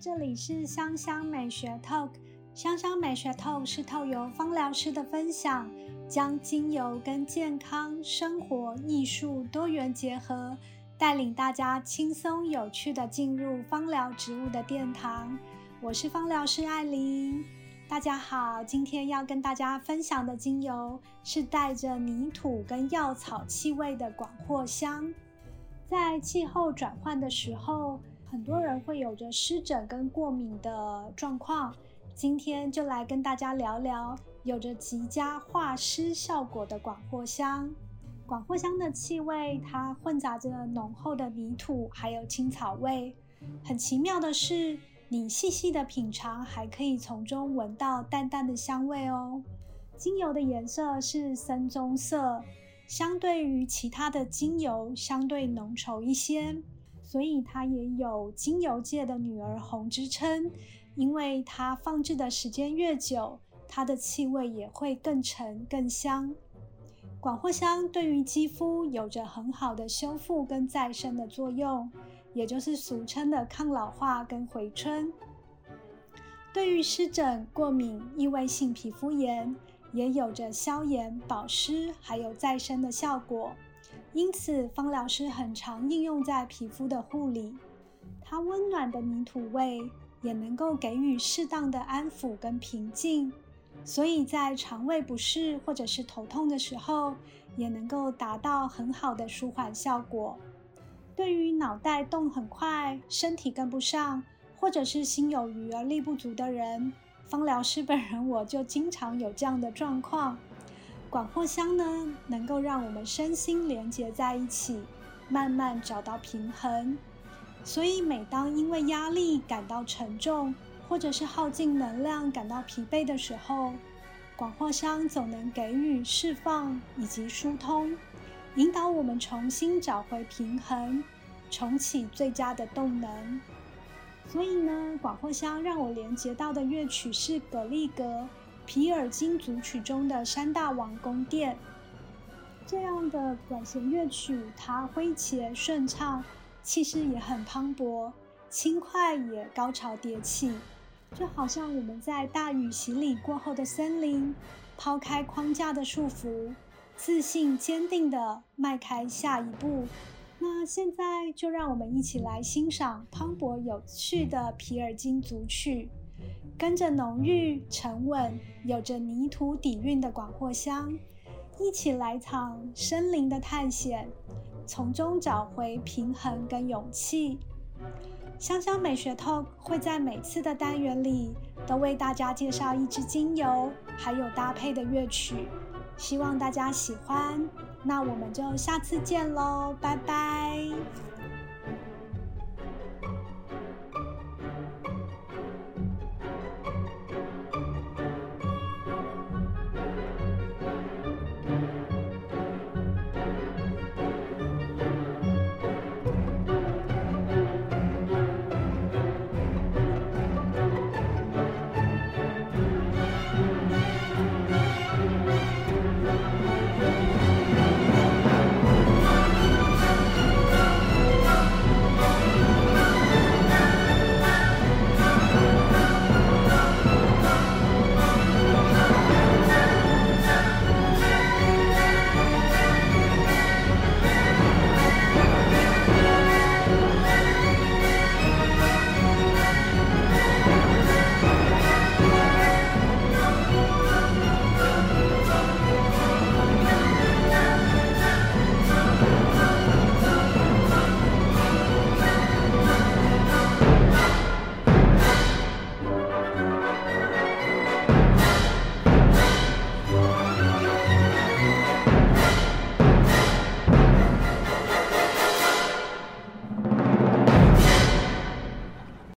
这里是香香美学 Talk。香香美学 Talk 是透由芳疗师的分享，将精油跟健康、生活、艺术多元结合，带领大家轻松有趣的进入芳疗植物的殿堂。我是芳疗师艾琳。大家好，今天要跟大家分享的精油是带着泥土跟药草气味的广藿香。在气候转换的时候，很多人会有着湿疹跟过敏的状况，今天就来跟大家聊聊有着极佳化湿效果的广藿香。广藿香的气味，它混杂着浓厚的泥土还有青草味。很奇妙的是，你细细的品尝，还可以从中闻到淡淡的香味哦。精油的颜色是深棕色，相对于其他的精油相对浓稠一些，所以它也有精油界的女儿红之称。因为它放置的时间越久，它的气味也会更沉更香。广藿香对于肌肤有着很好的修复跟再生的作用，也就是俗称的抗老化跟回春。对于湿疹、过敏、异位性皮肤炎也有着消炎、保湿还有再生的效果，因此芳疗师很常应用在皮肤的护理。它温暖的泥土味也能够给予适当的安抚跟平静，所以在肠胃不适或者是头痛的时候，也能够达到很好的舒缓效果。对于脑袋动很快、身体跟不上，或者是心有余而力不足的人，芳疗师本人我就经常有这样的状况。广藿香呢，能够让我们身心连结在一起，慢慢找到平衡。所以每当因为压力感到沉重，或者是耗尽能量感到疲惫的时候，广藿香总能给予释放以及疏通，引导我们重新找回平衡，重启最佳的动能。所以呢，广藿香让我连接到的乐曲是葛利格皮尔金组曲中的山大王宫殿。这样的管弦乐曲，它诙谐顺畅，气势也很磅礴，轻快也高潮迭起，就好像我们在大雨洗礼过后的森林，抛开框架的束缚，自信坚定地迈开下一步。那现在就让我们一起来欣赏磅礴有趣的皮尔金组曲，跟着浓郁沉稳有着泥土底蕴的广藿香，一起来场森林的探险，从中找回平衡跟勇气。香香美学 Talk 会在每次的单元里都为大家介绍一支精油，还有搭配的乐曲，希望大家喜欢。那我们就下次见咯，拜拜。